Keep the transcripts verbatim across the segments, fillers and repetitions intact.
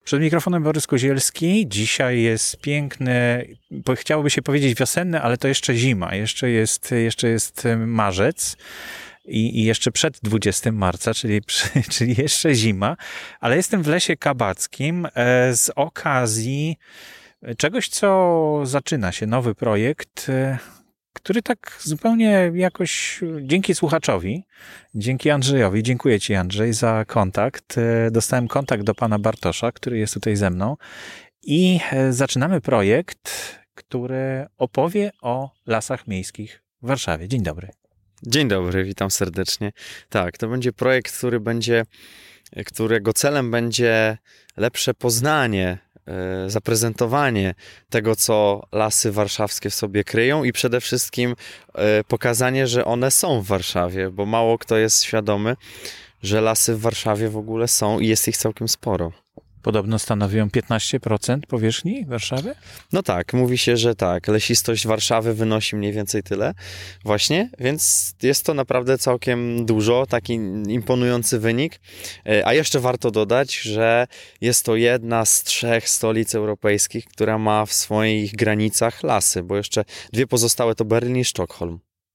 Przed mikrofonem Borys Kozielski. Dzisiaj jest piękny, chciałoby się powiedzieć wiosenny, ale to jeszcze zima. Jeszcze jest, jeszcze jest marzec i, i jeszcze przed dwudziestego marca, czyli, czyli jeszcze zima. Ale jestem w Lesie Kabackim z okazji czegoś, co zaczyna się, nowy projekt, który tak zupełnie jakoś dzięki słuchaczowi, dzięki Andrzejowi, dziękuję Ci Andrzej za kontakt. Dostałem kontakt do pana Bartosza, który jest tutaj ze mną i zaczynamy projekt, który opowie o lasach miejskich w Warszawie. Dzień dobry. Dzień dobry, witam serdecznie. Tak, to będzie projekt, który będzie, którego celem będzie lepsze poznanie, zaprezentowanie tego, co lasy warszawskie w sobie kryją i przede wszystkim pokazanie, że one są w Warszawie, bo mało kto jest świadomy, że lasy w Warszawie w ogóle są i jest ich całkiem sporo. Podobno stanowią piętnaście procent powierzchni Warszawy? No tak, mówi się, że tak. Lesistość Warszawy wynosi mniej więcej tyle właśnie, więc jest to naprawdę całkiem dużo, taki imponujący wynik. A jeszcze warto dodać, że jest to jedna z trzech stolic europejskich, która ma w swoich granicach lasy, bo jeszcze dwie pozostałe to Berlin i Sztokholm.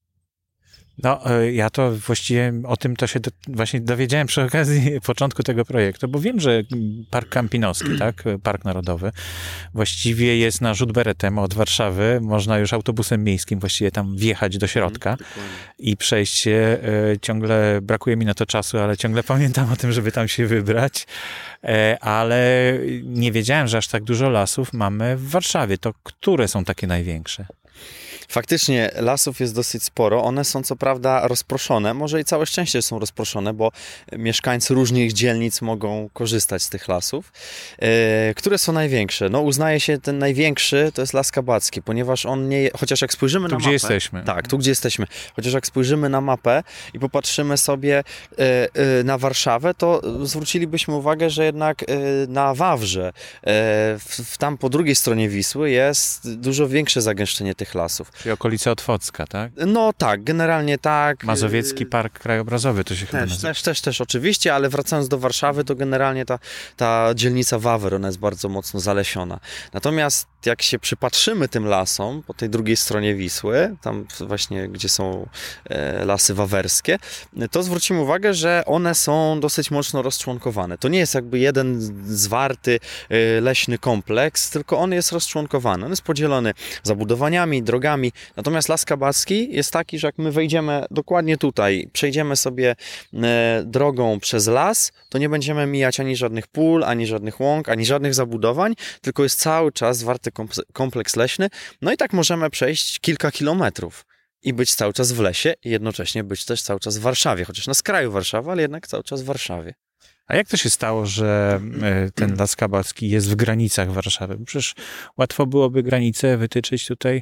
No, ja to właściwie o tym to się do, właśnie dowiedziałem przy okazji początku tego projektu, bo wiem, że Park Kampinoski, tak, Park Narodowy, właściwie jest na rzut beretem od Warszawy. Można już autobusem miejskim właściwie tam wjechać do środka mm, i przejść się. Ciągle brakuje mi na to czasu, ale ciągle pamiętam o tym, żeby tam się wybrać. Ale nie wiedziałem, że aż tak dużo lasów mamy w Warszawie. To które są takie największe? Faktycznie lasów jest dosyć sporo. One są co prawda rozproszone, może i całe szczęście są rozproszone, bo mieszkańcy różnych dzielnic mogą korzystać z tych lasów. E, które są największe? No uznaje się ten największy to jest Las Kabacki, ponieważ on nie, chociaż jak spojrzymy tu, na gdzie mapę... jesteśmy. Tak, tu gdzie jesteśmy. Chociaż jak spojrzymy na mapę i popatrzymy sobie e, e, na Warszawę, to zwrócilibyśmy uwagę, że jednak e, na Wawrze, e, w, w, tam po drugiej stronie Wisły jest dużo większe zagęszczenie tych lasów. Czyli okolice Otwocka, tak? No tak, generalnie tak. Mazowiecki Park Krajobrazowy to się też, chyba nazywa. Też, też, też oczywiście, ale wracając do Warszawy, to generalnie ta, ta dzielnica Wawer, ona jest bardzo mocno zalesiona. Natomiast jak się przypatrzymy tym lasom po tej drugiej stronie Wisły, tam właśnie, gdzie są e, lasy wawerskie, to zwrócimy uwagę, że one są dosyć mocno rozczłonkowane. To nie jest jakby jeden zwarty e, leśny kompleks, tylko on jest rozczłonkowany. On jest podzielony zabudowaniami, drogami. Natomiast Las Kabacki jest taki, że jak my wejdziemy dokładnie tutaj, przejdziemy sobie e, drogą przez las, to nie będziemy mijać ani żadnych pól, ani żadnych łąk, ani żadnych zabudowań, tylko jest cały czas zwarty kompleks leśny. No i tak możemy przejść kilka kilometrów i być cały czas w lesie i jednocześnie być też cały czas w Warszawie, chociaż na skraju Warszawy, ale jednak cały czas w Warszawie. A jak to się stało, że ten Las Kabacki jest w granicach Warszawy? Przecież łatwo byłoby granicę wytyczyć tutaj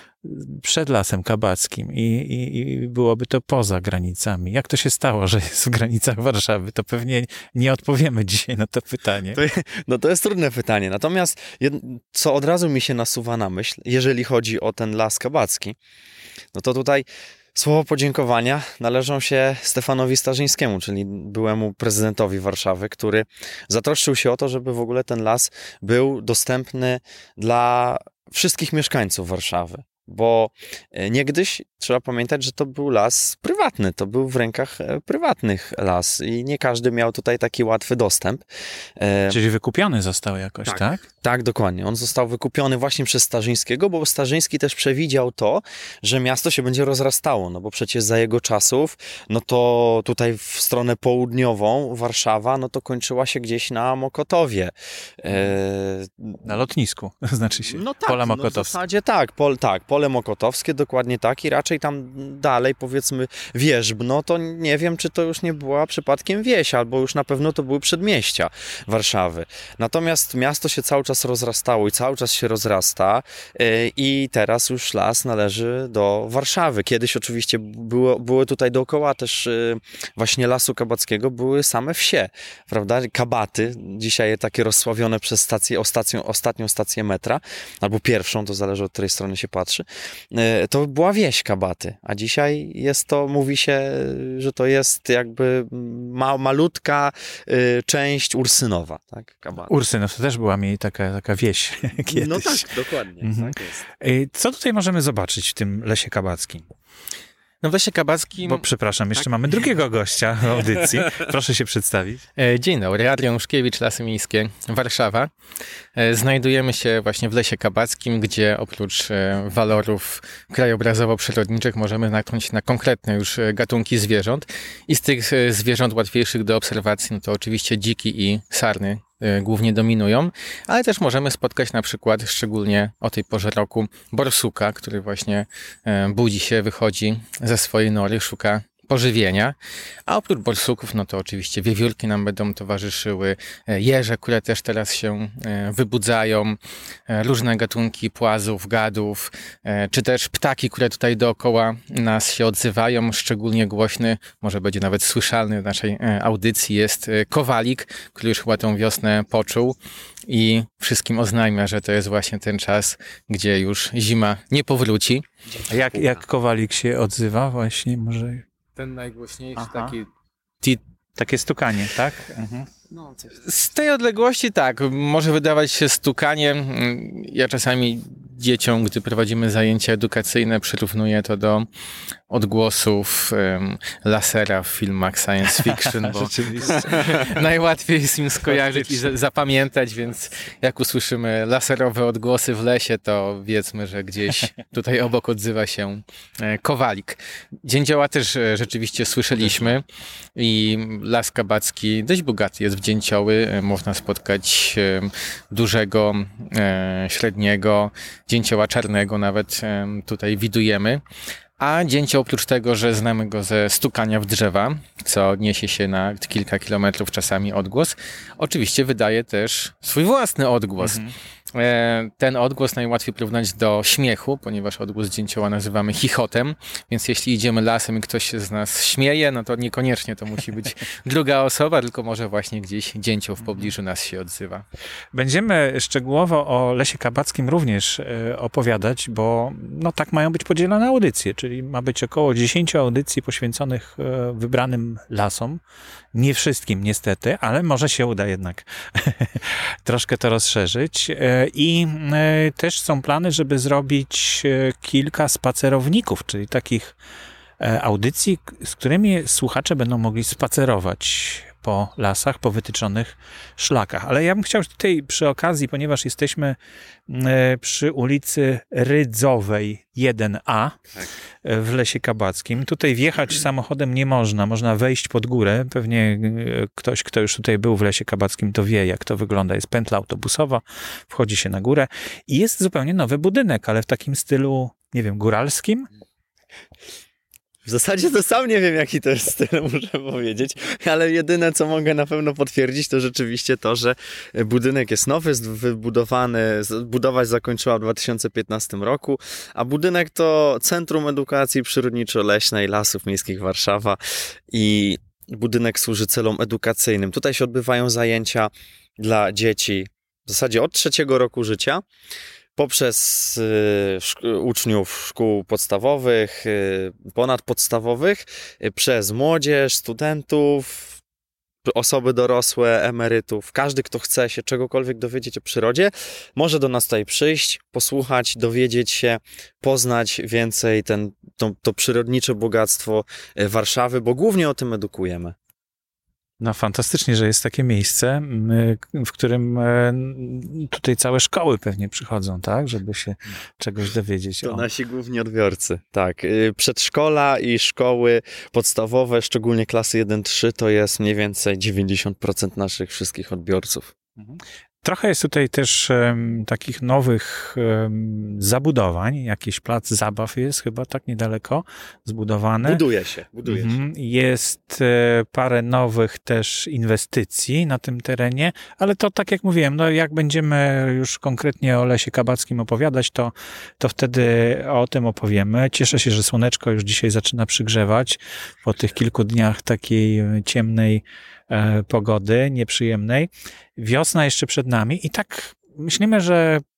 przed Lasem Kabackim i, i, i byłoby to poza granicami. Jak to się stało, że jest w granicach Warszawy? To pewnie nie odpowiemy dzisiaj na to pytanie. To, no to jest trudne pytanie. Natomiast jed, co od razu mi się nasuwa na myśl, jeżeli chodzi o ten Las Kabacki, no to tutaj słowa podziękowania należą się Stefanowi Starzyńskiemu, czyli byłemu prezydentowi Warszawy, który zatroszczył się o to, żeby w ogóle ten las był dostępny dla wszystkich mieszkańców Warszawy. Bo niegdyś trzeba pamiętać, że to był las prywatny, to był w rękach prywatnych las i nie każdy miał tutaj taki łatwy dostęp. Czyli wykupiony został jakoś, tak? Tak, tak dokładnie. On został wykupiony właśnie przez Starzyńskiego, bo Starzyński też przewidział to, że miasto się będzie rozrastało, no bo przecież za jego czasów, no to tutaj w stronę południową Warszawa, no to kończyła się gdzieś na Mokotowie. Na lotnisku, znaczy się, no tak, Pola Mokotowskie. No w zasadzie tak, pol, tak, Pole Mokotowskie, dokładnie tak i raczej tam dalej, powiedzmy, Wierzbno, to nie wiem, czy to już nie była przypadkiem wieś, albo już na pewno to były przedmieścia Warszawy. Natomiast miasto się cały czas rozrastało i cały czas się rozrasta yy, i teraz już las należy do Warszawy. Kiedyś oczywiście było, były tutaj dookoła też yy, właśnie Lasu Kabackiego, były same wsie, prawda? Kabaty, dzisiaj takie rozsławione przez stację, ostatnią, ostatnią stację metra, albo pierwszą, to zależy od której strony się patrzy. to była wieś Kabaty, a dzisiaj jest to, mówi się, że to jest jakby ma, malutka y, część Ursynowa, tak, Kabaty. Ursynów to też była mi taka, taka wieś kiedyś. No tak, dokładnie. Mhm. Tak jest. Co tutaj możemy zobaczyć w tym Lesie Kabackim? No w Lesie Kabackim... Bo przepraszam, jeszcze tak. mamy drugiego gościa w audycji. Proszę się przedstawić. Dzień dobry, Adrian Uszkiewicz, Lasy Miejskie, Warszawa. Znajdujemy się właśnie w Lesie Kabackim, gdzie oprócz walorów krajobrazowo-przyrodniczych możemy natknąć na konkretne już gatunki zwierząt. I z tych zwierząt łatwiejszych do obserwacji, no to oczywiście dziki i sarny głównie dominują, ale też możemy spotkać na przykład, szczególnie o tej porze roku, borsuka, który właśnie budzi się, wychodzi ze swojej nory, szuka pożywienia, a oprócz borsuków, no to oczywiście wiewiórki nam będą towarzyszyły, jeże, które też teraz się wybudzają, różne gatunki płazów, gadów, czy też ptaki, które tutaj dookoła nas się odzywają. Szczególnie głośny, może będzie nawet słyszalny w naszej audycji, jest kowalik, który już chyba tą wiosnę poczuł i wszystkim oznajmia, że to jest właśnie ten czas, gdzie już zima nie powróci. A jak, jak kowalik się odzywa właśnie, może... Ten najgłośniejszy, Aha. taki... Ti, takie stukanie, tak? Mhm. No, coś. Z tej odległości tak, może wydawać się stukanie. Ja czasami dzieciom, gdy prowadzimy zajęcia edukacyjne, przyrównuję to do odgłosów um, lasera w filmach science fiction, bo najłatwiej jest im skojarzyć i z- zapamiętać, więc jak usłyszymy laserowe odgłosy w lesie, to wiedzmy, że gdzieś tutaj obok odzywa się e, kowalik. Dzięcioła też e, rzeczywiście słyszeliśmy i Las Kabacki dość bogaty jest w dzięcioły. E, można spotkać e, dużego, e, średniego, dzięcioła czarnego nawet e, tutaj widujemy. A dzięcioł oprócz tego, że znamy go ze stukania w drzewa, co niesie się na kilka kilometrów czasami odgłos, oczywiście wydaje też swój własny odgłos. Mhm. Ten odgłos najłatwiej porównać do śmiechu, ponieważ odgłos dzięcioła nazywamy chichotem, więc jeśli idziemy lasem i ktoś się z nas śmieje, no to niekoniecznie to musi być druga osoba, tylko może właśnie gdzieś dzięcioł w pobliżu nas się odzywa. Będziemy szczegółowo o Lesie Kabackim również opowiadać, bo no tak mają być podzielone audycje, czyli ma być około dziesięciu audycji poświęconych wybranym lasom. Nie wszystkim niestety, ale może się uda jednak troszkę to rozszerzyć. I też są plany, żeby zrobić kilka spacerowników, czyli takich audycji, z którymi słuchacze będą mogli spacerować po lasach, po wytyczonych szlakach. Ale ja bym chciał tutaj przy okazji, ponieważ jesteśmy przy ulicy Rydzowej jeden A tak. w Lesie Kabackim. Tutaj wjechać samochodem nie można, można wejść pod górę. Pewnie ktoś, kto już tutaj był w Lesie Kabackim, to wie, jak to wygląda. Jest pętla autobusowa, wchodzi się na górę i jest zupełnie nowy budynek, ale w takim stylu, nie wiem, góralskim. W zasadzie to sam nie wiem, jaki to jest styl, muszę powiedzieć, ale jedyne, co mogę na pewno potwierdzić, to rzeczywiście to, że budynek jest nowy, jest wybudowany, budowa zakończyła w dwa tysiące piętnastym roku, a budynek to Centrum Edukacji Przyrodniczo-Leśnej Lasów Miejskich Warszawa i budynek służy celom edukacyjnym. Tutaj się odbywają zajęcia dla dzieci w zasadzie od trzeciego roku życia, poprzez y, szk- uczniów szkół podstawowych, y, ponadpodstawowych, y, przez młodzież, studentów, osoby dorosłe, emerytów. Każdy, kto chce się czegokolwiek dowiedzieć o przyrodzie, może do nas tutaj przyjść, posłuchać, dowiedzieć się, poznać więcej ten, to, to przyrodnicze bogactwo Warszawy, bo głównie o tym edukujemy. No fantastycznie, że jest takie miejsce, w którym tutaj całe szkoły pewnie przychodzą, tak? Żeby się czegoś dowiedzieć. To o. nasi główni odbiorcy, tak. Przedszkola i szkoły podstawowe, szczególnie klasy jeden trzy, to jest mniej więcej dziewięćdziesiąt procent naszych wszystkich odbiorców. Mhm. Trochę jest tutaj też um, takich nowych um, zabudowań. Jakiś plac zabaw jest chyba tak niedaleko zbudowany. Buduje się, buduje się. Mhm. Jest e, parę nowych też inwestycji na tym terenie, ale to tak jak mówiłem, no jak będziemy już konkretnie o Lesie Kabackim opowiadać, to, to wtedy o tym opowiemy. Cieszę się, że słoneczko już dzisiaj zaczyna przygrzewać po tych kilku dniach takiej ciemnej e, pogody, nieprzyjemnej. Wiosna jeszcze przed nami i tak myślimy, że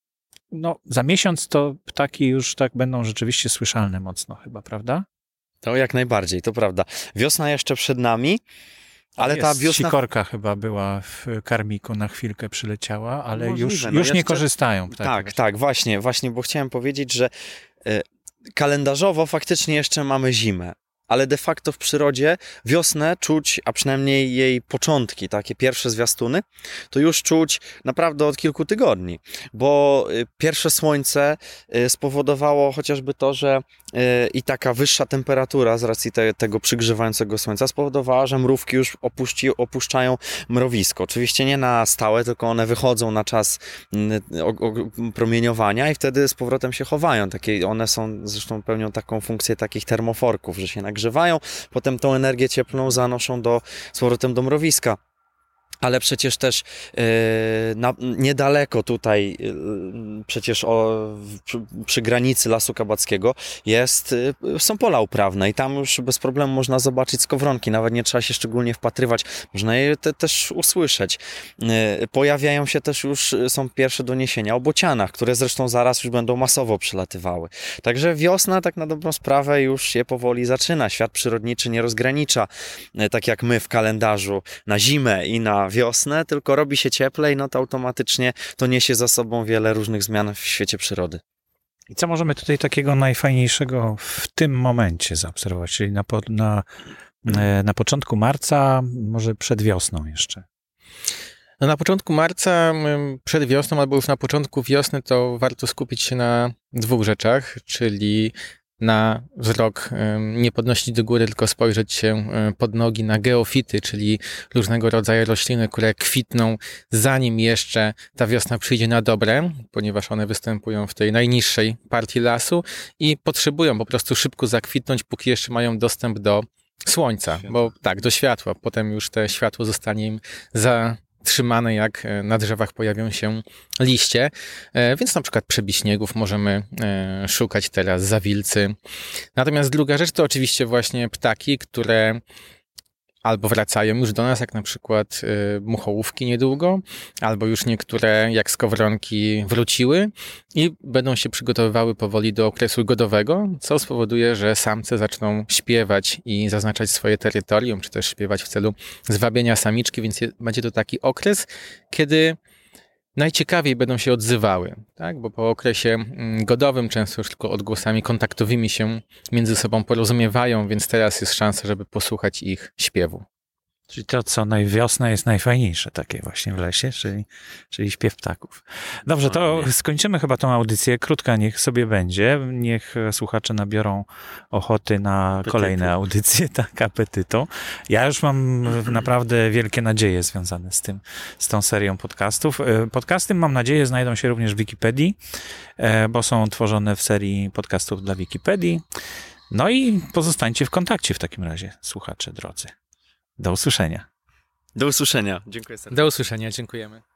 no, za miesiąc to ptaki już tak będą rzeczywiście słyszalne mocno chyba, prawda? To jak najbardziej, to prawda. Wiosna jeszcze przed nami, ale Jest, ta wiosna... sikorka chyba była w karmiku, na chwilkę przyleciała, ale Możliwe, już, no już jeszcze... nie korzystają ptaki. Tak, właśnie. tak, właśnie, właśnie, bo chciałem powiedzieć, że y, kalendarzowo faktycznie jeszcze mamy zimę, ale de facto w przyrodzie wiosnę czuć, a przynajmniej jej początki, takie pierwsze zwiastuny, to już czuć naprawdę od kilku tygodni, bo y, pierwsze słońce y, spowodowało chociażby to, że y, i taka wyższa temperatura z racji te, tego przygrzewającego słońca spowodowała, że mrówki już opuści, opuszczają mrowisko. Oczywiście nie na stałe, tylko one wychodzą na czas y, o, o, promieniowania i wtedy z powrotem się chowają. Takie, one są, zresztą pełnią taką funkcję takich termoforków, że się nagrzewają, potem tą energię cieplną zanoszą do, z powrotem do mrowiska. Ale przecież też yy, na, niedaleko tutaj, yy, przecież o, przy, przy granicy Lasu Kabackiego jest, yy, są pola uprawne i tam już bez problemu można zobaczyć skowronki, nawet nie trzeba się szczególnie wpatrywać, można je te, też usłyszeć. Yy, pojawiają się też już, są pierwsze doniesienia o bocianach, które zresztą zaraz już będą masowo przylatywały. Także wiosna tak na dobrą sprawę już się powoli zaczyna. Świat przyrodniczy nie rozgranicza, yy, tak jak my w kalendarzu, na zimę i na wiosnę, tylko robi się cieplej, no to automatycznie to niesie za sobą wiele różnych zmian w świecie przyrody. I co możemy tutaj takiego najfajniejszego w tym momencie zaobserwować, czyli na, po, na, na początku marca, może przed wiosną jeszcze? No na początku marca, przed wiosną albo już na początku wiosny, to warto skupić się na dwóch rzeczach, czyli na wzrok nie podnosić do góry, tylko spojrzeć się pod nogi na geofity, czyli różnego rodzaju rośliny, które kwitną zanim jeszcze ta wiosna przyjdzie na dobre, ponieważ one występują w tej najniższej partii lasu i potrzebują po prostu szybko zakwitnąć, póki jeszcze mają dostęp do słońca, światła. Bo tak, do światła. Potem już te światło zostanie im za trzymane, jak na drzewach pojawią się liście, więc na przykład przebiśniegów możemy szukać teraz, zawilcy. Natomiast druga rzecz to oczywiście właśnie ptaki, które albo wracają już do nas, jak na przykład muchołówki niedługo, albo już niektóre, jak skowronki, wróciły i będą się przygotowywały powoli do okresu godowego, co spowoduje, że samce zaczną śpiewać i zaznaczać swoje terytorium, czy też śpiewać w celu zwabienia samiczki, więc będzie to taki okres, kiedy najciekawiej będą się odzywały, tak? Bo po okresie godowym często już tylko odgłosami kontaktowymi się między sobą porozumiewają, więc teraz jest szansa, żeby posłuchać ich śpiewu. Czyli to, co naj, wiosna jest najfajniejsze takie właśnie w lesie, czyli, czyli śpiew ptaków. Dobrze, to skończymy chyba tą audycję. Krótka niech sobie będzie. Niech słuchacze nabiorą ochoty na apetytu. Kolejne audycje, tak, apetytu. Ja już mam naprawdę wielkie nadzieje związane z tym, z tą serią podcastów. Podcasty, mam nadzieję, znajdą się również w Wikipedii, bo są tworzone w serii podcastów dla Wikipedii. No i pozostańcie w kontakcie w takim razie, słuchacze drodzy. Do usłyszenia. Do usłyszenia. Dziękuję serdecznie. Do usłyszenia. Dziękujemy.